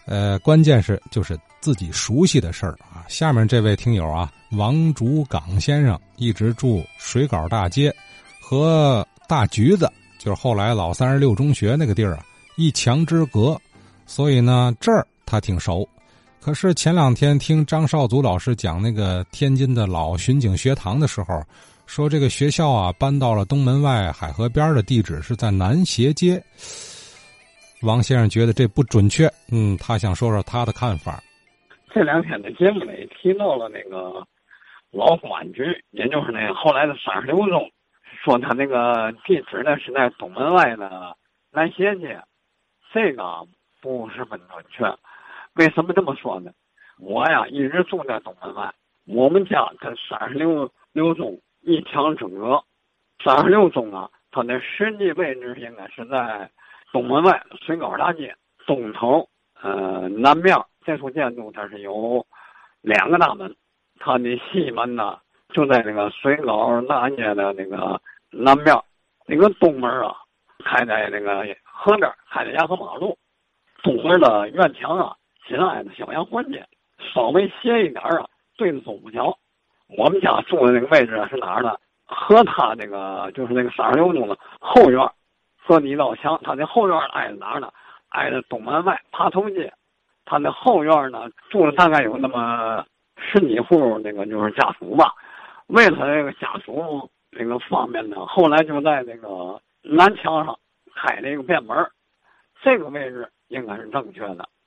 关键是就是自己熟悉的事儿啊。下面这位听友啊，王竹岗先生一直住水稿大街和大橘子，就是后来老36中学那个地儿啊，一墙之隔，所以呢这儿他挺熟。可是前2天听张少祖老师讲那个天津的老巡警学堂的时候，说这个学校啊搬到了东门外海河边的地址是在南斜街。王先生觉得这不准确，他想说说他的看法。 这2天的节目里提到了那个老公安局，也就是那个后来的36中，说他那个地址呢是在东门外的南斜街，这个不十分准确。为什么这么说呢？我呀一直住在东门外，我们家跟36中一墙之隔。36中啊，它的实际位置应该是在东门外水稿大街东头，南面这处建筑它是有2个大门，它的西门呢就在那个水稿大街的那个南面，那个东门啊开在那个河边，开在亚河马路。东门的院墙啊紧挨着小洋环街，稍微斜一点啊对着中府桥。我们家住的那个位置是哪儿呢？和他那个就是那个36中的后院和一道墙，他的后院挨着哪儿呢？挨着东门外爬头街。他的后院呢住了大概有那么10几户那个就是家属吧。为了这个家属这个方便呢，后来就在那个南墙上开了一个便门，这个位置应该是正确的。